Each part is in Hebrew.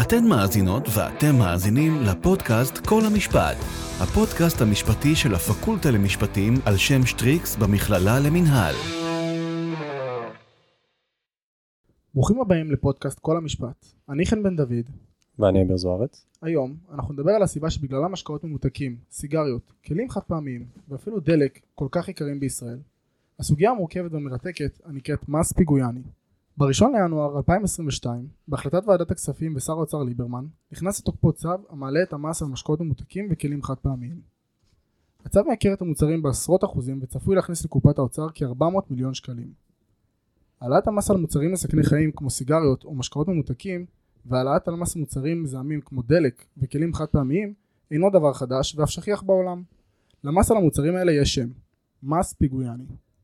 אתן מאזינות ואתם מאזינים לפודקאסט כל המשפט, הפודקאסט המשפטי של הפקולטה למשפטים על שם שטריקס במכללה למנהל. ברוכים הבאים לפודקאסט כל המשפט. אני חן בן דוד. ואני אמיר זוארץ. היום אנחנו נדבר על הסיבה שבגללה משקאות ממותקים, סיגריות, כלים חד פעמיים ואפילו דלק כל כך יקרים בישראל. הסוגיה המורכבת ומרתקת הנקראת מס פיגויאני. ב-1 לינואר 2022, בהחלטת ועדת הכספים ושר האוצר ליברמן, נכנס לתוקפו צו המעלה את המס על משקאות ממותקים וכלים חד פעמיים. הצו מייקר את המוצרים בעשרות אחוזים וצפוי להכניס לקופת האוצר כ-400 מיליון שקלים. העלאת המס על מוצרים מסכני חיים כמו סיגריות או משקאות ממותקים והעלאת על מס מוצרים מזהמים כמו דלק וכלים חד פעמיים אינו דבר חדש ואף שכיח בעולם. למס על המוצרים האלה יש שם, מס פיגויאני.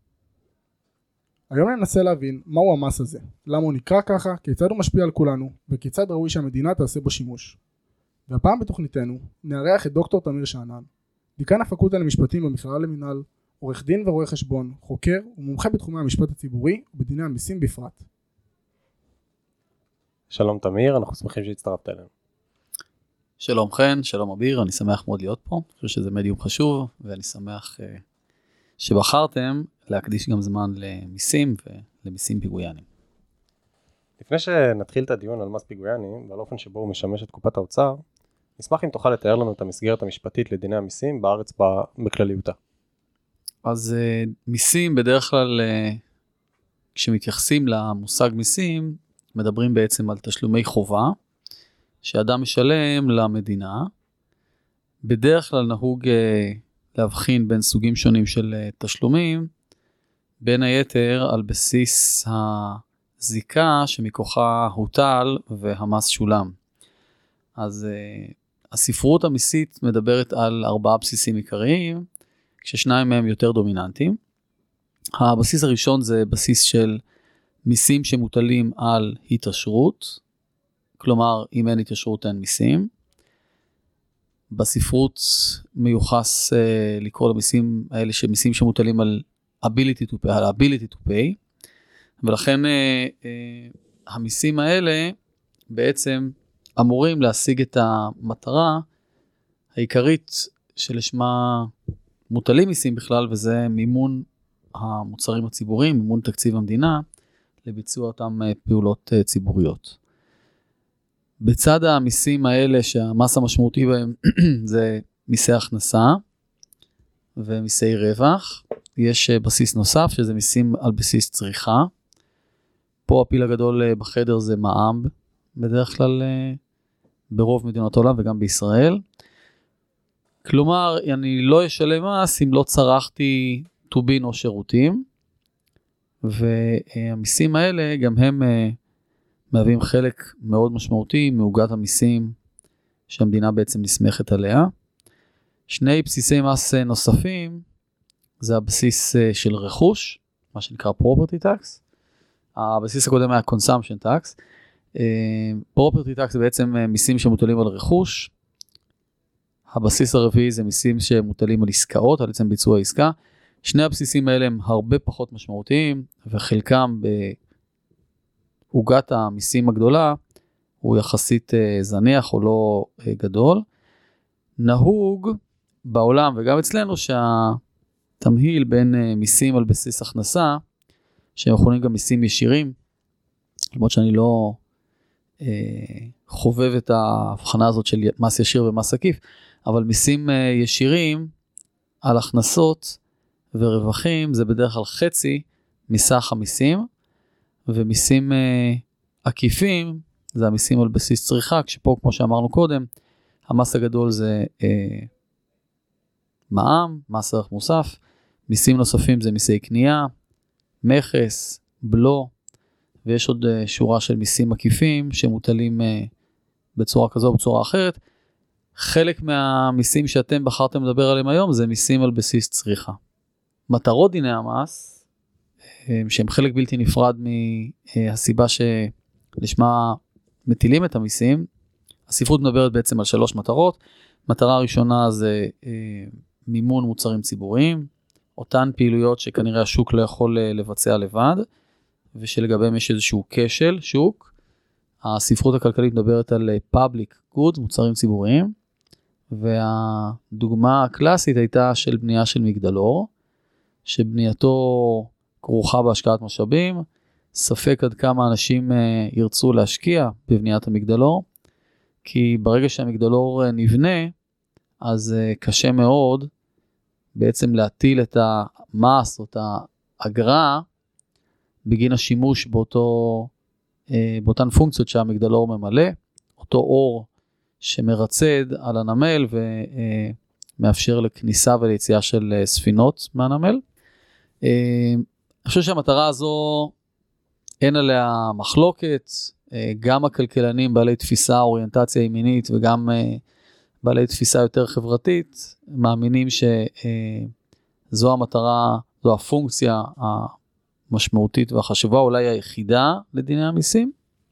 היום ננסה להבין מהו המס הזה, למה הוא נקרא ככה, כיצד הוא משפיע על כולנו וכיצד ראוי שהמדינה תעשה בו שימוש. והפעם בתוכניתנו נארח את דוקטור תמיר שאנן, דיקן הפקולטה למשפטים במכללה למנהל, עורך דין ורואה חשבון, חוקר ומומחה בתחומי המשפט הציבורי ובדיני המיסים בפרט. שלום תמיר, אנחנו שמחים שהצטרפת אלינו. שלום חן, שלום אביר, אני שמח מאוד להיות פה, אני חושב שזה מדיום חשוב ואני שמח שבחרתם להקדיש גם זמן למיסים ולמיסים פיגויאנים. לפני שנתחיל את הדיון על מס פיגויאני ועל אופן שבו הוא משמש את קופת האוצר, נשמח אם תוכל לתאר לנו את המסגרת המשפטית לדיני המיסים בארץ בכלליותה. אז מיסים בדרך כלל, כשמתייחסים למושג מיסים, מדברים בעצם על תשלומי חובה שאדם משלם למדינה. בדרך כלל נהוג להבחין בין סוגים שונים של תשלומים, בין היתר על בסיס הזיקה שמכוחה הוטל והמס שולם. אז הספרות המיסית מדברת על 4 בסיסים עיקריים, כששניים מהם יותר דומיננטיים. הבסיס הראשון זה בסיס של מיסים שמוטלים על התעשרות, כלומר אם אין התעשרות אין מיסים. בספרות מיוחס לקרוא למיסים האלה שמיסים שמוטלים על ability to pay, ולכן המיסים האלה בעצם אמורים להשיג את המטרה העיקרית שלשמה מוטלים מיסים בכלל, וזה מימון המוצרים הציבוריים, מימון תקציב המדינה לביצוע אותם פעולות ציבוריות. בצד המיסים האלה שהמס המשמעותי בהם זה מיסי הכנסה ומיסי רווח, יש בסיס נוסף שזה מיסים על בסיס צריכה. פה הפיל הגדול בחדר זה מע"מ, בדרך כלל ברוב מדינות העולם וגם בישראל. כלומר, אני לא אשלם מס אם לא צרכתי טובין או שירותים, והמיסים האלה גם הם מהווים חלק מאוד משמעותי מעוגת המיסים שהמדינה בעצם נסמכת עליה. 2 בסיסי מס נוספים, זה הבסיס של רכוש, מה שנקרא property tax. הבסיס הקודם היה consumption tax. property tax זה בעצם מיסים שמוטלים על רכוש. הבסיס הרביעי זה מיסים שמוטלים על עסקאות, על עצם ביצוע העסקה. 2 הבסיסים האלה הם הרבה פחות משמעותיים, וחלקם בעוגת המיסים הגדולה הוא יחסית זניח או לא גדול. נהוג בעולם וגם אצלנו שהתמהיל בין מיסים על בסיס הכנסה, שהם יכולים גם מיסים ישירים, למרות שאני לא חובב את ההבחנה הזאת של מס ישיר ומס עקיף, אבל מיסים ישירים על הכנסות ורווחים זה בדרך כלל חצי מסך המיסים, ומיסים עקיפים זה המיסים על בסיס צריכה, כשפה כמו שאמרנו קודם, המס הגדול זה מע"מ, מס ערך מוסף, מיסים נוספים זה מיסי קנייה, מכס, בלו, ויש עוד שורה של מיסים עקיפים שמוטלים בצורה כזו או בצורה אחרת. חלק מהמיסים שאתם בחרתם לדבר עליהם היום זה מיסים על בסיס צריכה. מטרות דיני המס, שהם חלק בלתי נפרד מהסיבה שלשמה מטילים את המיסים, הספרות מדברת בעצם על 3 מטרות. מטרה ראשונה זה מימון מוצרים ציבוריים, אותן פעילויות שכנראה השוק לא יכול לבצע לבד, ושלגביהם יש איזשהו כשל שוק, הספרות הכלכלית מדברת על public goods, מוצרים ציבוריים, והדוגמה הקלאסית הייתה של בנייה של מגדלור, שבנייתו כרוכה בהשקעת משאבים, ספק עד כמה אנשים ירצו להשקיע בבניית המגדלור, כי ברגע שהמגדלור נבנה, אז קשה מאוד בעצם להטיל את המס או את האגרה בגין השימוש באותן פונקציות שהמגדלור ממלא, אותו אור שמרצד על הנמל ומאפשר לכניסה וליציאה של ספינות מהנמל. אני חושב שהמטרה הזו אין עליה מחלוקת, גם הכלכלנים בעלי תפיסה אוריינטציה ימינית וגם בעלי תפיסה יותר חברתית, מאמינים שזו המטרה, זו הפונקציה המשמעותית והחשובה, אולי היחידה לדיני המיסים.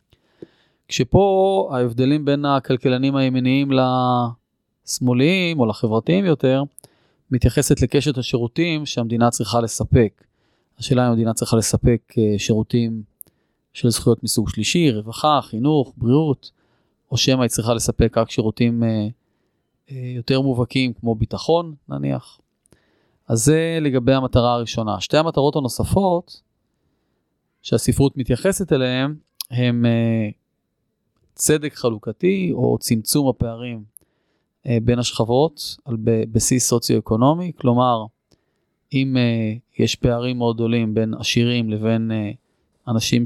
כשפה ההבדלים בין הכלכלנים הימיניים לשמאליים או לחברתיים יותר, מתייחסת לקשת השירותים שהמדינה צריכה לספק. השאלה אם המדינה צריכה לספק שירותים של זכויות מסוג שלישי, רווחה, חינוך, בריאות, או שמא היא צריכה לספק רק שירותים יותר מובהקים כמו ביטחון נניח. אז זה לגבי המטרה הראשונה. שתי המטרות הנוספות שהספרות מתייחסת אליהן הם צדק חלוקתי או צמצום הפערים בין השכבות על בסיס סוציו-אקונומי, כלומר אם יש פערים מאוד גדולים בין עשירים לבין אנשים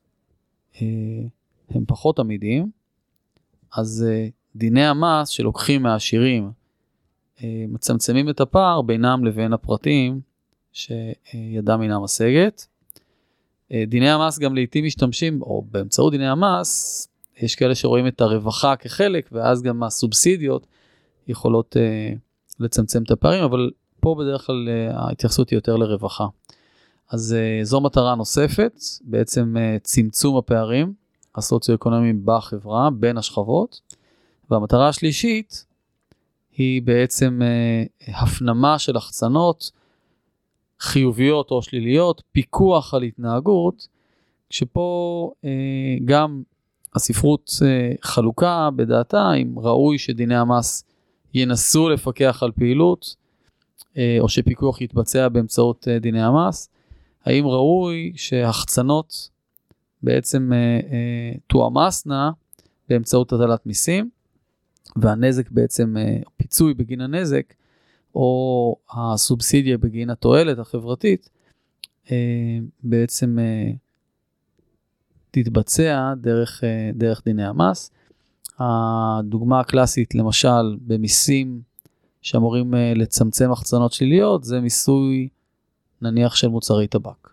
שהם פחות עמידים, אז דיני המס שלוקחים מהעשירים מצמצמים את הפער בינם לבין הפרטים שידם אינה משגת. דיני המס גם לעתים משתמשים, או באמצעות דיני המס, יש כאלה שרואים את הרווחה כחלק, ואז גם הסובסידיות יכולות לצמצם את הפערים, אבל פה בדרך כלל ההתייחסות היא יותר לרווחה. אז זו מטרה נוספת, בעצם צמצום הפערים הסוציו-אקונומיים בחברה, בין השכבות, והמטרה השלישית היא בעצם הפנמה של החצנות חיוביות או שליליות, פיקוח על התנהגות, כשפה גם הספרות חלוקה בדעתה, אם ראוי שדיני המס ינסו לפקח על פעילות, או שפיקוח יתבצע באמצעות דיני המס, האם ראוי שהחצנות בעצם תואמסנה באמצעות הטלת מיסים, והנזק בעצם, פיצוי בגין הנזק, או הסובסידיה בגין התועלת החברתית, בעצם תתבצע דרך דיני המס. הדוגמה הקלאסית, למשל, במיסים שאמורים לצמצם החצנות שליליות, זה מיסוי נניח של מוצרי טבק.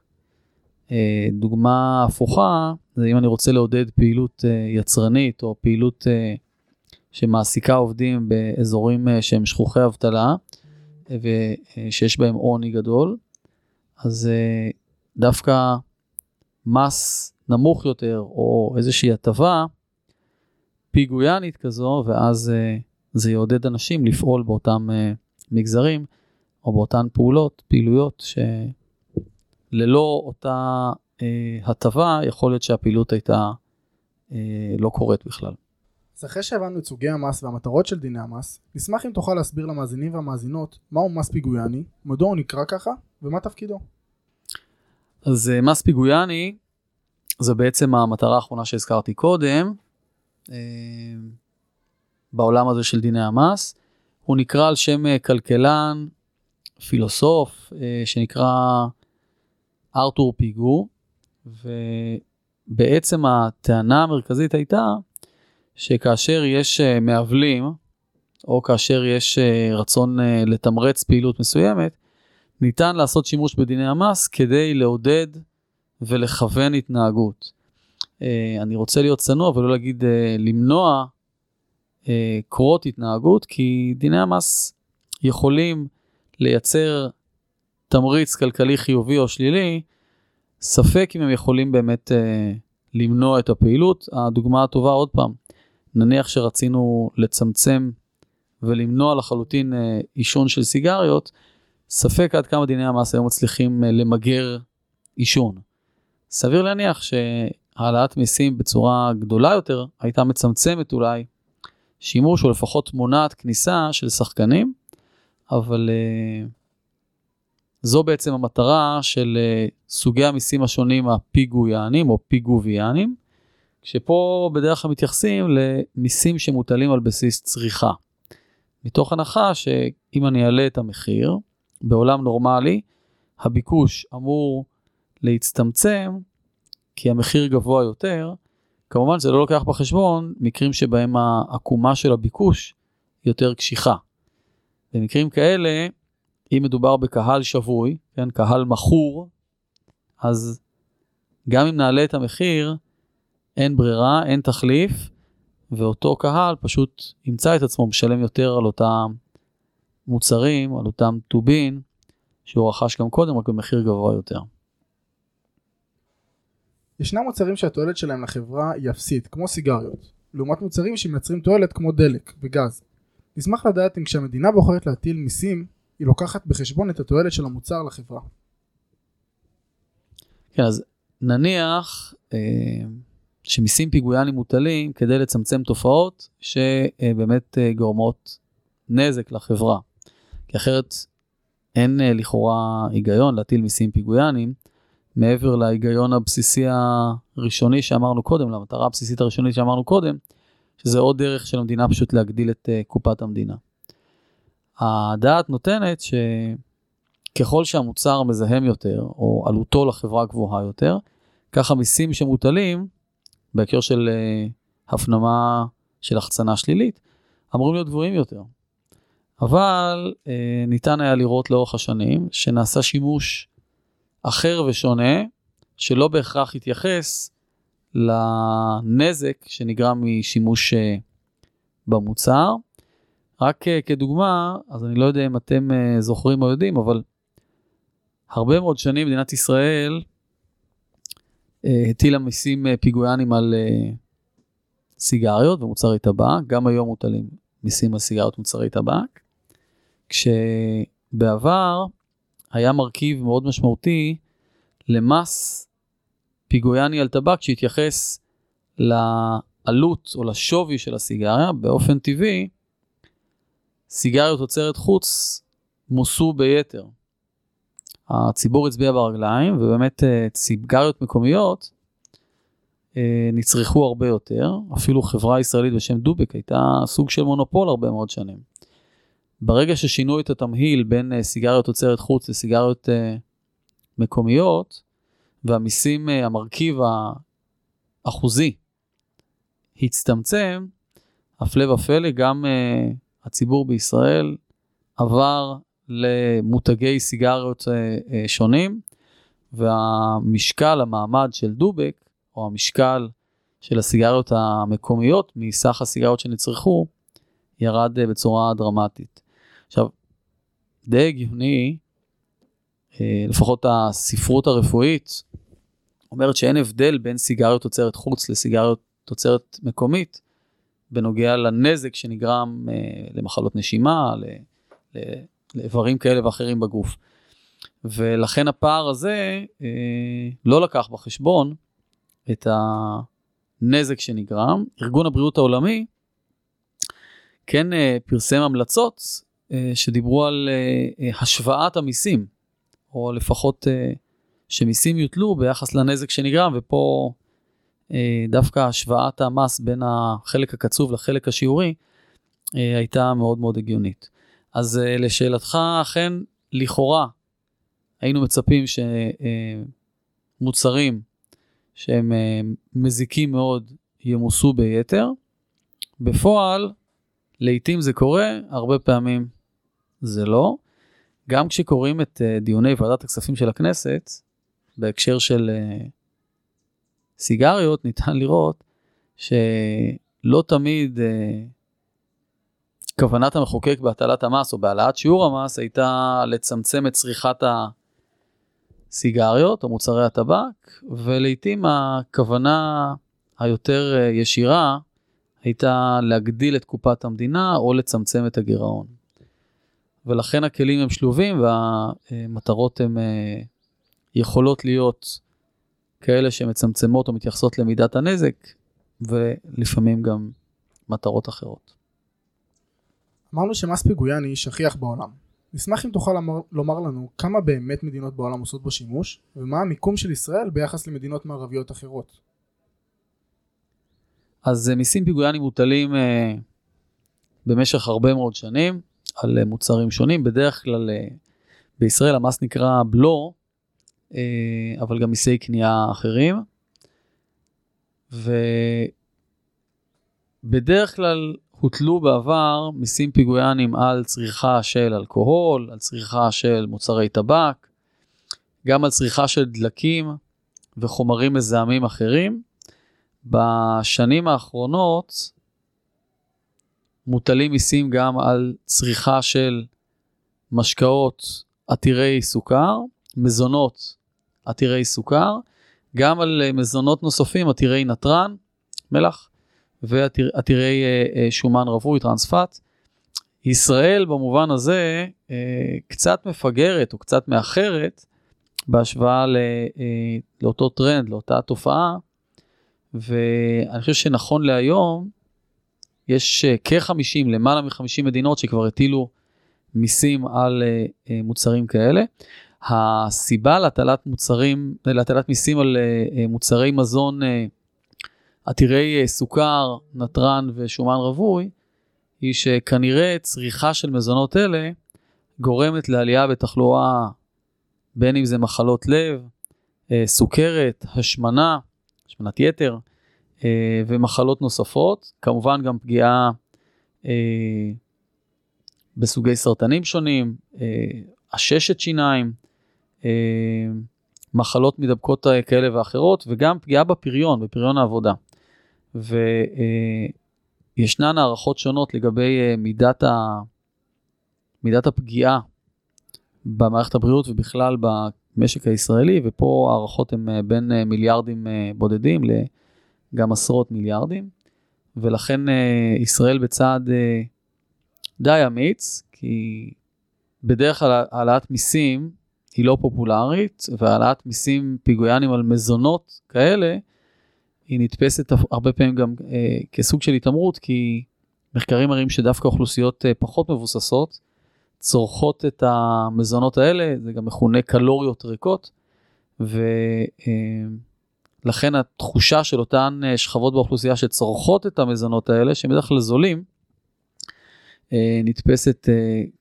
דוגמה הפוכה, זה אם אני רוצה לעודד פעילות יצרנית, או פעילות שמעסיקה עובדים באזורים שהם שכוחי אבטלה, ושיש בהם עוני גדול, אז דווקא מס נמוך יותר, או איזושהי הטבה, פיגויינית כזו, ואז זה יעודד אנשים לפעול באותם מגזרים, או באותן פעילויות, שללא אותה הטבה, יכול להיות שהפעילות הייתה לא קורית בכלל. אז אחרי שהבנו את סוגי המס והמטרות של דיני המס, נשמח אם תוכל להסביר למאזינים והמאזינות מהו מס פיגויאני, מדוע הוא נקרא ככה, ומה תפקידו. אז מס פיגויאני, זה בעצם המטרה האחרונה שהזכרתי קודם, בעולם הזה של דיני המס. הוא נקרא על שם כלכלן, פילוסוף, שנקרא ארתור פיגו, ובעצם הטענה המרכזית הייתה, שכאשר יש מעבלים, או כאשר יש רצון לתמרץ פעילות מסוימת, ניתן לעשות שימוש בדיני המס כדי לעודד ולכוון התנהגות. אני רוצה להיות צנוע ולא להגיד למנוע קרות התנהגות, כי דיני המס יכולים לייצר תמריץ כלכלי חיובי או שלילי, ספק אם הם יכולים באמת למנוע את הפעילות. הדוגמה הטובה עוד פעם, נניח שרצינו לצמצם ולמנוע לחלוטין עישון של סיגריות, ספק עד כמה דיני המס היום מצליחים למגר עישון. סביר להניח העלאת מיסים בצורה גדולה יותר, הייתה מצמצמת אולי שימוש או לפחות מונעת כניסה של שחקנים, אבל זו בעצם המטרה של סוגי המיסים השונים הפיגויאנים או פיגוביאנים, שפה בדרך כלל מתייחסים למיסים שמוטלים על בסיס צריכה. מתוך הנחה שאם אני אעלה את המחיר, בעולם נורמלי, הביקוש אמור להצטמצם, כי המחיר גבוה יותר, כמובן זה לא לוקח בחשבון מקרים שבהם העקומה של הביקוש יותר קשיחה. במקרים כאלה, אם מדובר בקהל שבוי, כן, קהל מכור, אז גם אם נעלה את המחיר, אין ברירה, אין תחליף, ואותו קהל פשוט ימצא את עצמו משלם יותר על אותם מוצרים, על אותם טובין, שהוא רכש גם קודם, רק במחיר גבוה יותר. ישנם מוצרים שהתועלת שלהם לחברה היא אפסית, כמו סיגריות, לעומת מוצרים שמייצרים תועלת כמו דלק וגז. נשמח לדעת אם כשהמדינה בוחרת להטיל מיסים, היא לוקחת בחשבון את התועלת של המוצר לחברה. כן, אז נניח שמיסים פיגויאנים מוטלים כדי לצמצם תופעות שבאמת גורמות נזק לחברה. כי אחרת אין לכאורה היגיון להטיל מיסים פיגויאנים, מעבר להיגיון הבסיסי הראשוני שאמרנו קודם, למטרה הבסיסית הראשונית שאמרנו קודם, שזה עוד דרך של המדינה פשוט להגדיל את קופת המדינה. הדעת נותנת שככל שהמוצר מזהם יותר, או עלותו לחברה גבוהה יותר, ככה מיסים שמוטלים, בהקשר של הפנמה של החצנה שלילית, אמורים להיות גבוהים יותר. אבל ניתן היה לראות לאורך השנים, שנעשה שימוש אחר ושונה, שלא בהכרח יתייחס לנזק שנגרם משימוש במוצר. רק כדוגמה, אז אני לא יודע אם אתם זוכרים או יודעים, אבל הרבה מאוד שנים מדינת ישראל הטילה מיסים פיגויאנים על סיגריות ומוצרי טבק, גם היום מוטלים מיסים על סיגריות ומוצרי טבק, כשבעבר היה מרכיב מאוד משמעותי למס פיגויאני על טבק שהתייחס לעלות או לשווי של הסיגריה. באופן טבעי, סיגריות תוצרת חוץ מוסו ביתר. הציבור הצביע ברגליים, ובאמת סיגריות מקומיות נצרכו הרבה יותר. אפילו חברה ישראלית בשם דובק הייתה סוג של מונופול הרבה מאוד שנים. ברגע ששינו את התמהיל בין סיגריות תוצרת חוץ לסיגריות מקומיות, והמיסים, המרכיב האחוזי הצטמצם, הפלא ופלא, גם הציבור בישראל עבר למותגי סיגריות שונים, והמשקל, המעמד של דובק, או המשקל של הסיגריות המקומיות, מסך הסיגריות שנצרכו, ירד בצורה דרמטית. עכשיו, די הגיוני, לפחות הספרות הרפואית, אומרת שאין הבדל בין סיגריות תוצרת חוץ לסיגריות תוצרת מקומית, בנוגע לנזק שנגרם למחלות נשימה, לאיברים כאלה ואחרים בגוף. ולכן הפער הזה לא לקח בחשבון את הנזק שנגרם. ארגון הבריאות העולמי כן פרסם המלצות שדיברו על השוואת המיסים, או לפחות שמיסים יוטלו ביחס לנזק שנגרם, ופה דווקא השוואת המס בין החלק הקצוב לחלק השיעורי הייתה מאוד מאוד הגיונית. אז לשאלתך, אכן לכאורה היינו מצפים שמוצרים שהם מזיקים מאוד ימוסו ביתר. בפועל לעתים זה קורה, הרבה פעמים זה לא. גם כשקוראים את דיוני ועדת הכספים של הכנסת, בהקשר של סיגריות, ניתן לראות שלא תמיד כוונת המחוקק בהטלת המס או בהעלאת שיעור המס הייתה לצמצם את צריכת הסיגריות או מוצרי הטבק, ולעיתים הכוונה היותר ישירה הייתה להגדיל את קופת המדינה או לצמצם את הגירעון. ולכן הכלים הם שלובים, והמטרות הן יכולות להיות כאלה שמצמצמות או מתייחסות למידת הנזק, ולפעמים גם מטרות אחרות. אמרנו שמס פיגויאני שכיח בעולם. נשמח אם תוכל לומר לנו כמה באמת מדינות בעולם עושות בו שימוש, ומה המיקום של ישראל ביחס למדינות מערביות אחרות. אז מיסים פיגויאנים מוטלים במשך הרבה מאוד שנים, על מוצרים שונים. בדרך כלל בישראל המס נקרא בלו, אבל גם מיסי קנייה אחרים. ובדרך כלל הוטלו בעבר מיסים פיגויאנים על צריכה של אלכוהול, על צריכה של מוצרי טבק, גם על צריכה של דלקים וחומרים מזהמים אחרים. בשנים האחרונות מוטלים מיסים גם על צריכה של משקאות עתירי סוכר, מזונות עתירי סוכר, גם על מזונות נוספים עתירי נטרן, מלח, ועתירי שומן רווי, טרנספט. ישראל במובן הזה קצת מפגרת או קצת מאחרת בהשוואה לאותו טרנד, לאותה תופעה, ואני חושב שנכון להיום יש למעלה מ-50 מדינות שכבר הטילו מיסים על מוצרים כאלה. הסיבה להטלת מיסים על מוצרי מזון עתירי סוכר, נטרן ושומן רווי, היא שכנראה צריכה של מזונות אלה גורמת לעלייה בתחלואה, בין אם זה מחלות לב, סוכרת, השמנת יתר, ומחלות נוספות, כמובן גם פגיעה בסוגי סרטנים שונים, עששת שיניים, מחלות מדבקות כאלה ואחרות, וגם פגיעה בפריון העבודה. וישנן הערכות שונות לגבי מידת הפגיעה במערכת הבריאות ובכלל במשק הישראלי, ופה הערכות הן בין מיליארדים בודדים גם עשרות מיליארדים, ולכן ישראל בצעד די אמיץ, כי בדרך כלל העלאת מיסים היא לא פופולרית, והעלאת מיסים פיגויאנים על מזונות כאלה, היא נתפסת הרבה פעמים גם כסוג של התאמרות, כי מחקרים מראים שדווקא אוכלוסיות פחות מבוססות, צורכות את המזונות האלה, זה גם מכונה קלוריות ריקות, לכן התחושה של אותן שכבות באוכלוסייה שצורכות את המזונות האלה, שהם בדרך כלל זולים, נתפסת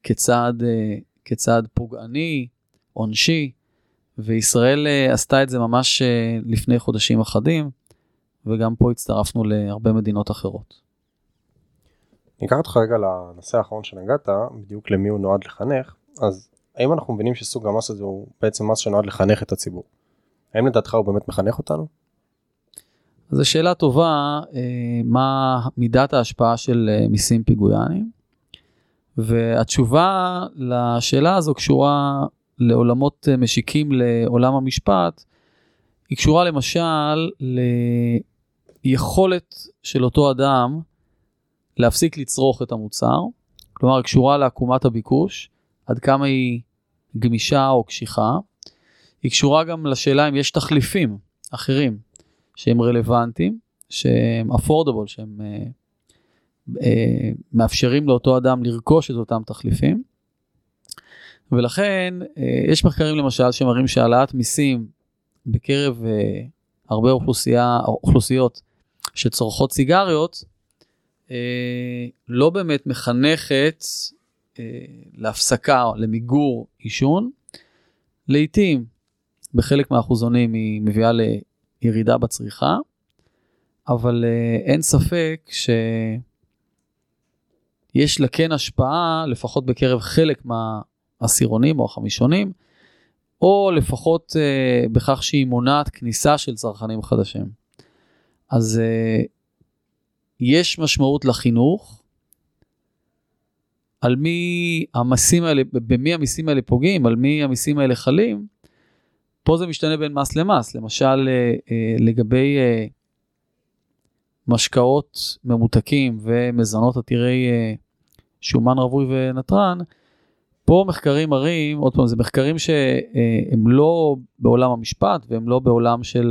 כצעד פוגעני, עונשי, וישראל עשתה את זה ממש לפני חודשים אחדים, וגם פה הצטרפנו להרבה מדינות אחרות. ניקח אותך רגע לנושא האחרון שנגעת, בדיוק למי הוא נועד לחנך, אז האם אנחנו מבינים שסוג המס הזה הוא בעצם מס שנועד לחנך את הציבור? האם לדעתך הוא באמת מחנך אותנו? זו שאלה טובה, מה מידת ההשפעה של מיסים פיגויאנים, והתשובה לשאלה הזו קשורה לעולמות משיקים לעולם המשפט, היא קשורה למשל ליכולת של אותו אדם להפסיק לצרוך את המוצר, כלומר קשורה לעקומת הביקוש, עד כמה היא גמישה או קשיחה, היא קשורה גם לשאלה אם יש תחליפים אחרים שהם רלוונטיים, שהם affordable, שהם מאפשרים לאותו אדם לרכוש את אותם תחליפים, ולכן יש מחקרים למשל שמראים שהעלאת מיסים בקרב הרבה אוכלוסיות שצורכות סיגריות, לא באמת מחנכת להפסקה או למיגור עישון, לעתים בחלק מהאחוזונים היא מביאה לירידה בצריכה, אבל אין ספק שיש לה כן השפעה, לפחות בקרב חלק מהעשירונים או החמישונים, או לפחות בכך שהיא מונעת כניסה של צרכנים חדשים. אז יש משמעות לחינוך, על מי המסים האלה, במי המסים האלה פוגעים, על מי המסים האלה חלים, פה זה משתנה בין מס למס, למשל לגבי משקאות ממותקים ומזונות עתירי שומן רווי ונטרן, פה מחקרים מראים, עוד פעם, זה מחקרים שהם לא בעולם המשפט, והם לא בעולם של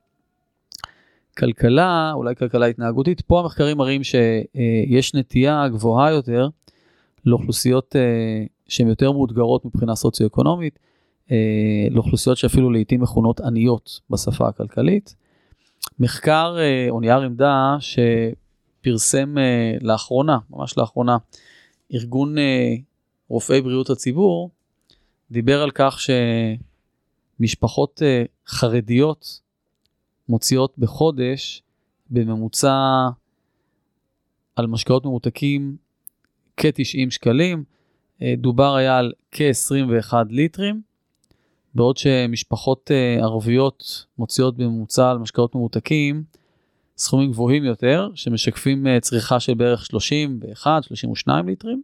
כלכלה, אולי כלכלה התנהגותית, פה המחקרים מראים שיש נטייה גבוהה יותר, לאוכלוסיות שהן יותר מאותגרות מבחינה סוציו-אקונומית, לאוכלוסיות שאפילו לעתים מכונות עניות בשפה הכלכלית. מחקר או נייר עמדה שפרסם לאחרונה, ממש לאחרונה, ארגון רופאי בריאות הציבור, דיבר על כך שמשפחות חרדיות מוציאות בחודש בממוצע על משקאות ממותקים כ-90 שקלים, דובר היה על כ-21 ליטרים, בעוד שמשפחות ערביות מוציאות בממוצע על משקאות ממותקים סכומים גבוהים יותר, שמשקפים צריכה של בערך 31-32 ליטרים,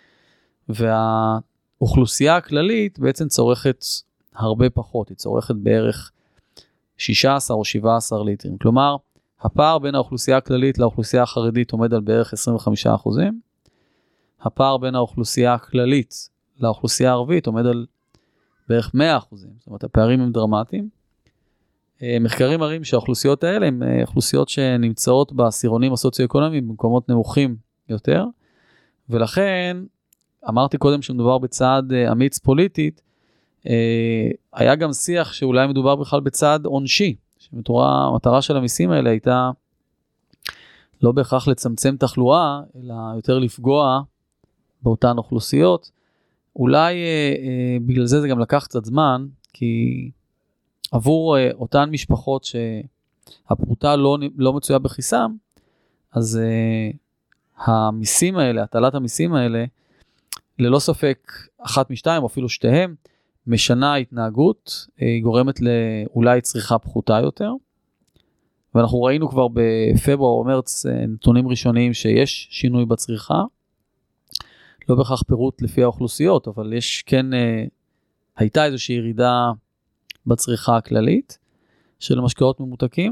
והאוכלוסייה הכללית בעצם צורכת הרבה פחות, היא צורכת בערך 16 או 17 ליטרים, כלומר הפער בין האוכלוסייה הכללית לאוכלוסייה החרדית עומד על בערך 25%, הפער בין האוכלוסייה הכללית לאוכלוסייה הערבית עומד על בערך 100%, זאת אומרת הפערים הם דרמטיים. מחקרים מראים שהאוכלוסיות האלה הן אוכלוסיות שנמצאות בעשירונים הסוציו-אקונומיים במקומות נמוכים יותר, ולכן אמרתי קודם שמדובר בצעד אמיץ פוליטית, היה גם שיח שאולי מדובר בכלל בצעד עונשי, המטרה של המיסים האלה הייתה לא בהכרח לצמצם תחלואה, אלא יותר לפגוע באותן אוכלוסיות. אולי בגלל זה גם לקח קצת זמן, כי עבור אותן משפחות שהפרוטה לא מצויה בכיסם, אז המיסים האלה, הטלת המיסים האלה, ללא ספק אחת משתיים, או אפילו שתיהם, משנה התנהגות, היא גורמת לאולי צריכה פחותה יותר, ואנחנו ראינו כבר בפברואר או מרץ נתונים ראשוניים שיש שינוי בצריכה, לא בהכרח פירוט לפי האוכלוסיות, אבל יש כן, הייתה איזושהי ירידה בצריכה הכללית של משקאות ממותקים,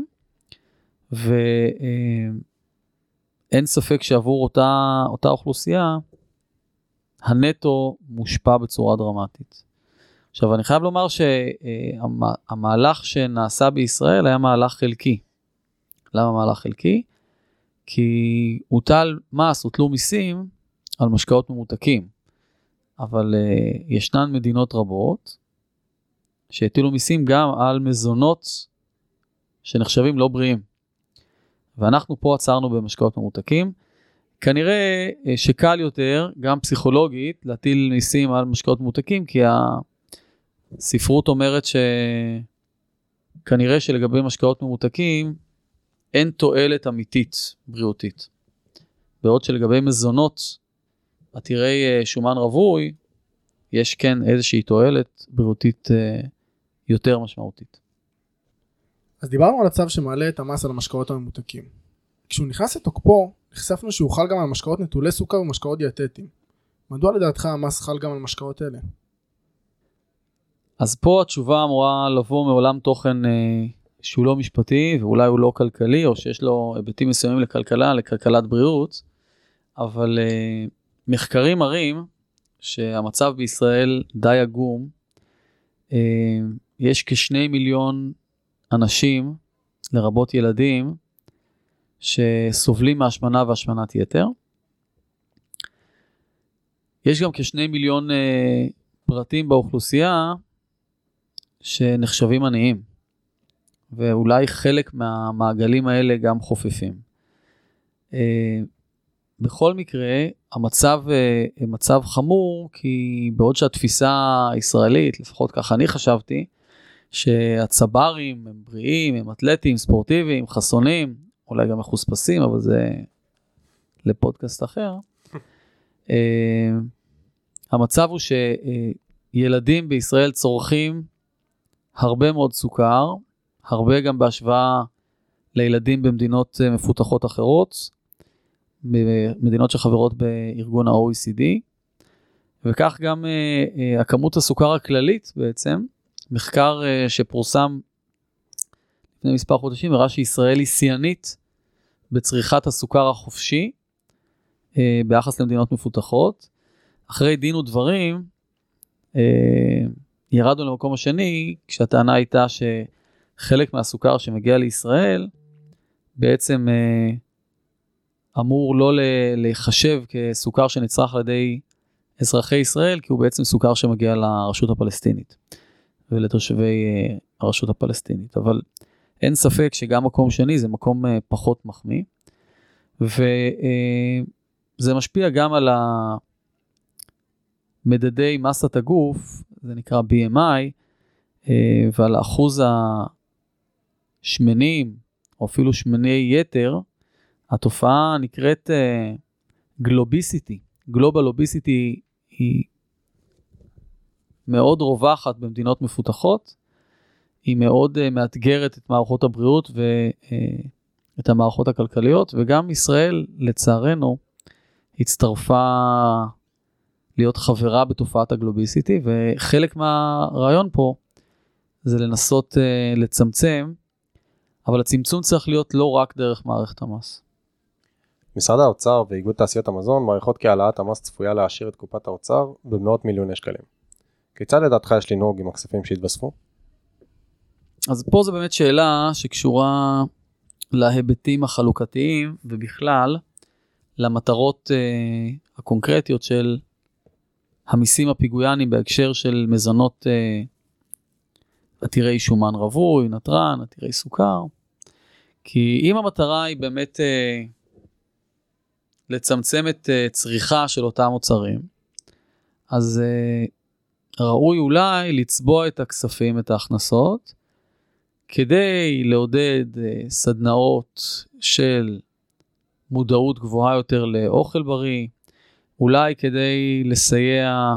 ואין ספק שעבור אותה אוכלוסייה, הנטו מושפע בצורה דרמטית. עכשיו, אני חייב לומר שהמהלך שנעשה בישראל היה מהלך חלקי. למה מהלך חלקי? כי הוטלו מיסים על משקאות ממותקים. אבל ישנן מדינות רבות שהטילו מיסים גם על מזונות שנחשבים לא בריאים. ואנחנו פה עצרנו במשקאות ממותקים. כנראה שקל יותר, גם פסיכולוגית, להטיל מיסים על משקאות ממותקים, כי הספרות אומרת שכנראה שלגבי משקאות ממותקים אין תועלת אמיתית בריאותית. בעוד שלגבי מזונות עתירי שומן רווי, יש כן איזושהי תועלת בריאותית יותר משמעותית. אז דיברנו על הצו שמעלה את המס על המשקאות הממותקים. כשהוא נכנס לתוקפו, נחשפנו שהוא חל גם על משקאות נטולי סוכר ומשקאות דיאטטיים. מדוע לדעתך המס חל גם על משקאות אלה? אז פה התשובה אמורה לבוא מעולם תוכן שהוא לא משפטי, ואולי הוא לא כלכלי, או שיש לו היבטים מסוימים לכלכלת בריאות, אבל מחקרים מראים שהמצב בישראל די עגום, יש כ2 מיליון אנשים, לרבות ילדים, שסובלים מהשמנה והשמנת יתר. יש גם כ2 מיליון פרטים באוכלוסייה שנחשבים עניים, ואולי חלק מהמעגלים האלה גם חופפים. בכל מקרה, המצב מצב חמור, כי בעוד שהתפיסה הישראלית, לפחות ככה אני חשבתי, שהצברים הם בריאים, הם אתלטים, ספורטיביים, חסונים, אולי גם מחוספסים, אבל זה לפודקאסט אחר. המצב הוא שילדים בישראל צורכים הרבה מאוד סוכר, הרבה גם בהשוואה לילדים במדינות מפותחות אחרות, במדינות שחברות בארגון ה-OECD, וכך גם הכמות הסוכר הכללית בעצם, מחקר שפורסם לפני מספר חודשים, הראה שישראל היא שיאנית בצריכת הסוכר החופשי, ביחס למדינות מפותחות. אחרי דין ודברים ירדנו למקום השני, כשהטענה הייתה שחלק מהסוכר שמגיע לישראל, בעצם אמור לא לחשב כסוכר שנצרך על ידי אזרחי ישראל, כי הוא בעצם סוכר שמגיע לרשות הפלסטינית, ולתושבי הרשות הפלסטינית. אבל אין ספק שגם מקום שני זה מקום פחות מחמיא, וזה משפיע גם על מדדי מסת הגוף, זה נקרא BMI, ועל אחוז השמנים, או אפילו שמני יתר, התופעה נקראת גלוביסיטי. גלובל אוביסיטי היא מאוד רווחת במדינות מפותחות, היא מאוד מאתגרת את מערכות הבריאות ואת המערכות הכלכליות, וגם ישראל לצערנו הצטרפה להיות חברה בתופעת הגלוביסיטי, וחלק מהרעיון פה זה לנסות לצמצם, אבל הצמצום צריך להיות לא רק דרך מערכת המס. משרד האוצר ואיגוד תעשיות המזון מעריכות כי העלאת המס צפויה להעשיר את קופת האוצר במאות מיליוני שקלים. כיצד לדעתך יש לנהוג עם הכספים שהתווספו? אז פה זו באמת שאלה שקשורה להיבטים החלוקתיים, ובכלל למטרות הקונקרטיות של המיסים הפיגויאנים בהקשר של מזונות עתירי שומן רווי, נתרן, עתירי סוכר. כי אם המטרה היא באמת לצמצם את צריכה של אותם מוצרים, אז ראוי אולי לצבוע את הכספים, את ההכנסות, כדי לעודד סדנאות של מודעות גבוהה יותר לאוכל בריא, אולי כדי לסייע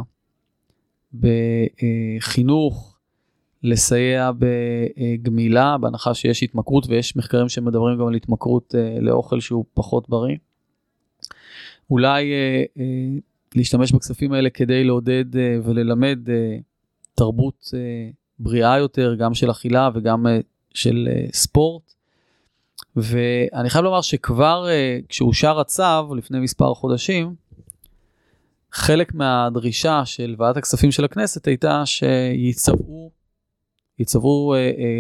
בחינוך, לסייע בגמילה, בהנחה שיש התמכרות, ויש מחקרים שמדברים גם על התמכרות לאוכל שהוא פחות בריא. אולי להשתמש בכספים האלה כדי לעודד וללמד תרבות בריאה יותר, גם של אכילה וגם של ספורט. ואני חייב לומר שכבר כשאושר הצו לפני מספר חודשים, חלק מהדרישה של ועדת הכספים של הכנסת הייתה שיצברו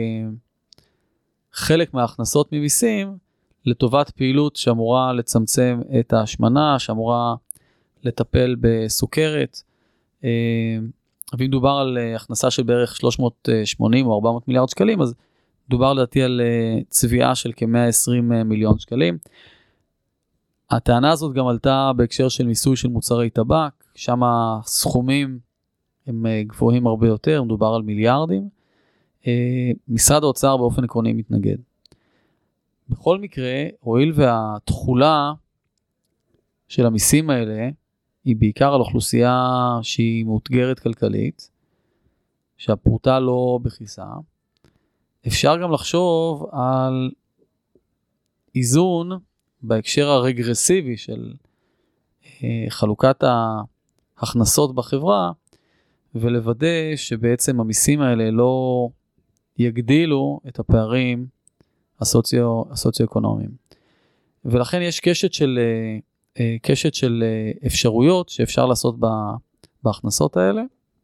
חלק מההכנסות ממיסים לטובת פעילות שאמורה לצמצם את ההשמנה, שאמורה לטפל בסוכרת. ואם דובר על הכנסה של בערך 380 או 400 מיליארד שקלים, אז דובר לדעתי על צביעה של כ-120 מיליון שקלים. הטענה הזאת גם עלתה בהקשר של מיסוי של מוצרי טבק, שם הסכומים הם גבוהים הרבה יותר, מדובר על מיליארדים. משרד האוצר באופן עקרוני מתנגד. בכל מקרה, הואיל והתחולה של המיסים האלה, היא בעיקר על אוכלוסייה שהיא מאותגרת כלכלית, שהפרוטה לא בכיסה, אפשר גם לחשוב על איזון בהקשר הרגרסיבי של חלוקת ההכנסות בחברה, ולוודא שבעצם המיסים האלה לא יגדילו את הפערים הסוציו-אקונומיים. ולכן יש קשת של אפשרויות שאפשר לעשות בהכנסות האלה.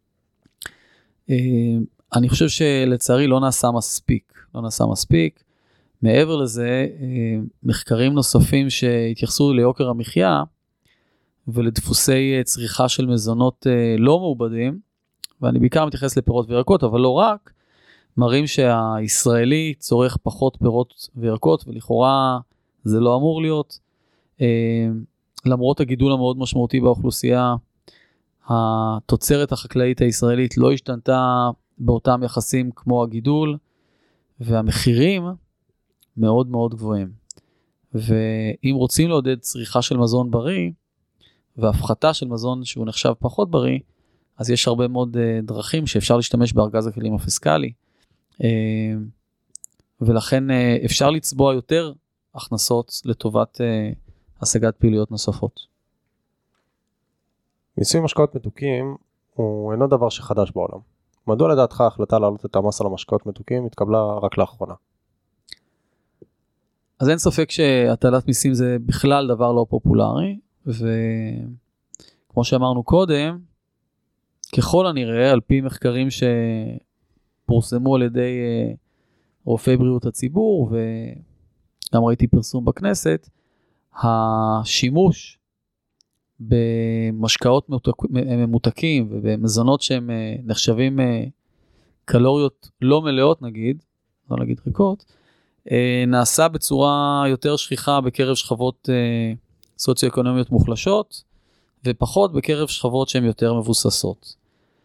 אני חושב שלצערי לא נעשה מספיק. מעבר לזה, מחקרים נוספים שהתייחסו ליוקר המחיה, ולדפוסי צריכה של מזונות לא מעובדים, ואני בעיקר מתייחס לפירות וירקות, אבל לא רק, מראים שהישראלי צורך פחות פירות וירקות, ולכאורה זה לא אמור להיות. למרות הגידול המאוד משמעותי באוכלוסייה, התוצרת החקלאית הישראלית לא השתנתה באותם יחסים כמו הגידול, והמחירים מאוד מאוד גבוהים. ואם רוצים לעודד צריכה של מזון בריא, והפחתה של מזון שהוא נחשב פחות בריא, אז יש הרבה מאוד דרכים שאפשר להשתמש בארגז הכלים הפיסקלי, ולכן אפשר לצבוע יותר הכנסות לטובת השגת פעילויות נוספות. מיסוי משקאות מתוקים הוא אינו דבר שחדש בעולם. מדוע לדעתך ההחלטה להעלות את המס על המשקאות מתוקים התקבלה רק לאחרונה? אז אין ספק שהטלת מיסים זה בכלל דבר לא פופולרי, וכמו שאמרנו קודם, ככל הנראה, על פי מחקרים שפורסמו על ידי רופאי בריאות הציבור, וגם ראיתי פרסום בכנסת, השימוש במשקאות ממותקים ובמזונות שהם נחשבים קלוריות לא מלאות נגיד, לא נגיד ריקות, נעשה בצורה יותר שכיחה בקרב שכבות סוציו-אקונומיות מוחלשות, ופחות בקרב שכבות שהן יותר מבוססות.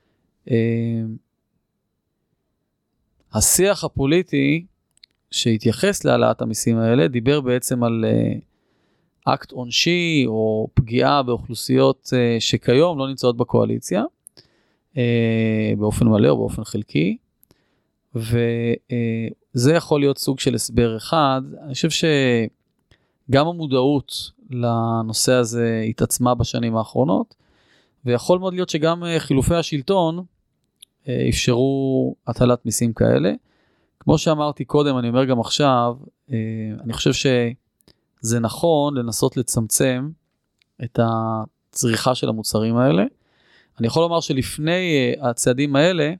השיח הפוליטי שהתייחס להעלאת המיסים האלה, דיבר בעצם על אקט עונשי או פגיעה באוכלוסיות שכיום לא נמצאות בקואליציה, באופן מלא או באופן חלקי, וזה יכול להיות סוג של הסבר אחד. אני חושב שגם המודעות לנושא הזה התעצמה בשנים האחרונות, ויכול מאוד להיות שגם חילופי השלטון אפשרו הטלת מיסים כאלה. כמו שאמרתי קודם, אני אומר גם עכשיו, אני חושב שזה נכון לנסות לצמצם את הצריכה של המוצרים האלה. אני יכול לומר שלפני הצעדים האלה,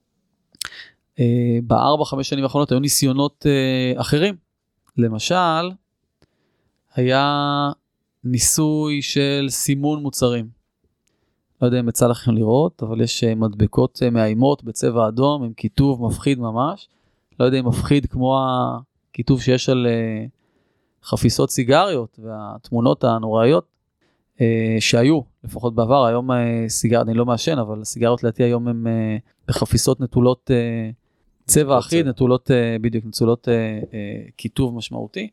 ב4-5 שנים האחרונות היו ניסיונות אחרים. למשל, היה ניסוי של סימון מוצרים. לא יודע אם יצא לכם לראות, אבל יש מדבקות מאיימות בצבע אדום, עם כיתוב מפחיד ממש. לא יודע אם מפחיד כמו הכיתוב שיש על חפיסות סיגריות, והתמונות הנוראיות שהיו, לפחות בעבר. היום סיגריות, אני לא מעשן, אבל סיגריות לעתי היום הן בחפיסות נטולות צבע אחיד, נטולות בדיוק, נטולות כיתוב משמעותי.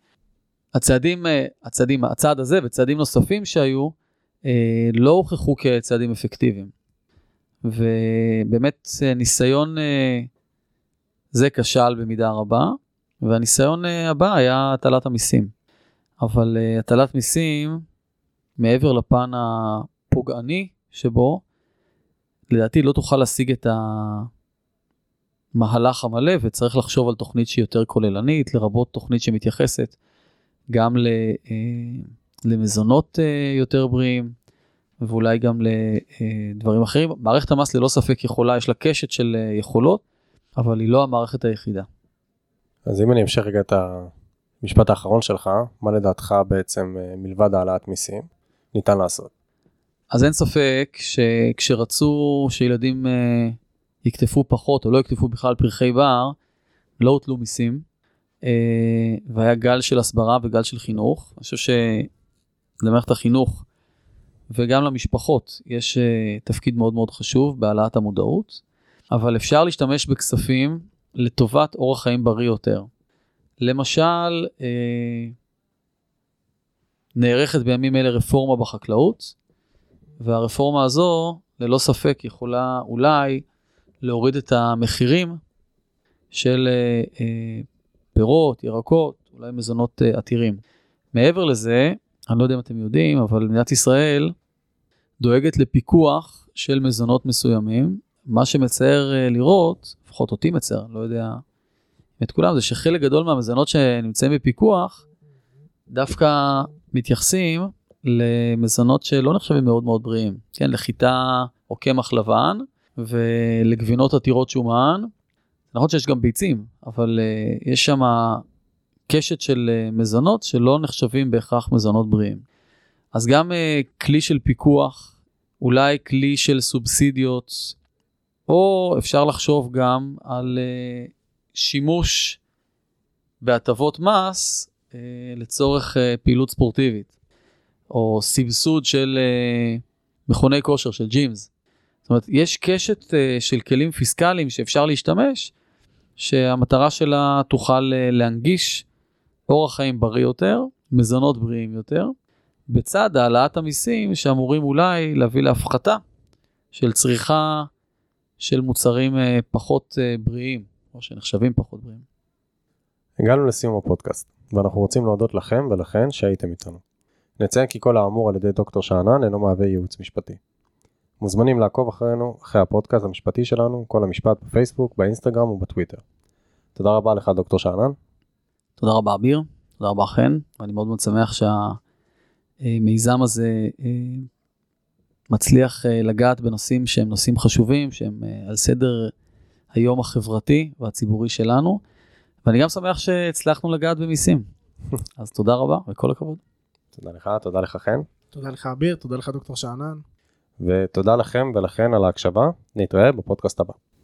הצעד הזה וצעדים נוספים שהיו, לא הוכחו כצעדים אפקטיביים. ובאמת ניסיון זה כשל במידה רבה, והניסיון הבא היה הטלת המיסים. אבל הטלת מיסים, מעבר לפן הפוגעני שבו, לדעתי לא תוכל להשיג את המהלך המלא, וצריך לחשוב על תוכנית שהיא יותר כוללנית, לרבות תוכנית שמתייחסת גם למזונות יותר בריאים, ואולי גם לדברים אחרים. מערכת המס ללא ספק יכולה, יש לה קשת של יכולות, אבל היא לא המערכת היחידה. אז אם אני אמשיך רגע את המשפט האחרון שלך, מה לדעתך בעצם מלבד העלאת מיסים ניתן לעשות? אז אין ספק שכשרצו שילדים יקטפו פחות או לא יקטפו בכלל פרחי בר, לא הוטלו מיסים, והיה גל של הסברה וגל של חינוך. אני חושב שלמערכת החינוך וגם למשפחות יש תפקיד מאוד מאוד חשוב בהעלאת המודעות, אבל אפשר להשתמש בכספים לטובת אורח חיים בריא יותר. למשל, נערכת בימים אלה רפורמה בחקלאות, והרפורמה הזו ללא ספק יכולה אולי להוריד את המחירים של פירות, ירקות, אולי מזונות עתירים. מעבר לזה, אני לא יודע אם אתם יודעים, אבל מדינת ישראל דואגת לפיקוח של מזונות מסוימים. מה שמצער לראות, לפחות אותי מצער, לא יודע את כולם, זה שחלק גדול מהמזונות שנמצאים בפיקוח, דווקא מתייחסים למזונות שלא נחשבים מאוד מאוד בריאים. כן, לחיטה או קמח לבן, ולגבינות עתירות שומן. נכון שיש גם ביצים, אבל יש שם קשת של מזונות שלא נחשבים בהכרח מזונות בריאים. אז גם כלי של פיקוח, אולי כלי של סובסידיות, או אפשר לחשוב גם על שימוש בהטבות מס לצורך פעילות ספורטיבית, או סבסוד של מכוני כושר, של ג'ימס. זאת אומרת, יש קשת של כלים פיסקליים שאפשר להשתמש, שהמטרה שלה תוכל להנגיש אורח חיים בריא יותר, מזונות בריאים יותר, בצד העלאת המיסים שאמורים אולי להביא להפחתה של צריכה של מוצרים פחות בריאים, או שנחשבים פחות בריאים. הגענו לסיום הפודקאסט, ואנחנו רוצים להודות לכם ולכן שהייתם איתנו. נציין כי כל האמור על ידי דוקטור שאנן אינו מהווה ייעוץ משפטי. מוזמנים לעקוב אחרינו, אחרי הפודקאסט המשפטי שלנו, כל המשפט בפייסבוק, באינסטגרם ובטוויטר. תודה רבה לך דוקטור שאנן. תודה רבה אביר, תודה רבה חן, ואני מאוד מאוד שמח שהמיזם הזה מצליח לגעת בנושאים שהם נושאים חשובים, שהם על סדר היום החברתי והציבורי שלנו, ואני גם שמח שהצלחנו לגעת במיסים. אז תודה רבה וכל הכבוד. תודה לך חן. תודה לך אביר, תודה לך דוקטור שאנן. ותודה לכם ולכן על ההקשבה, נתראה בפודקאסט הבא.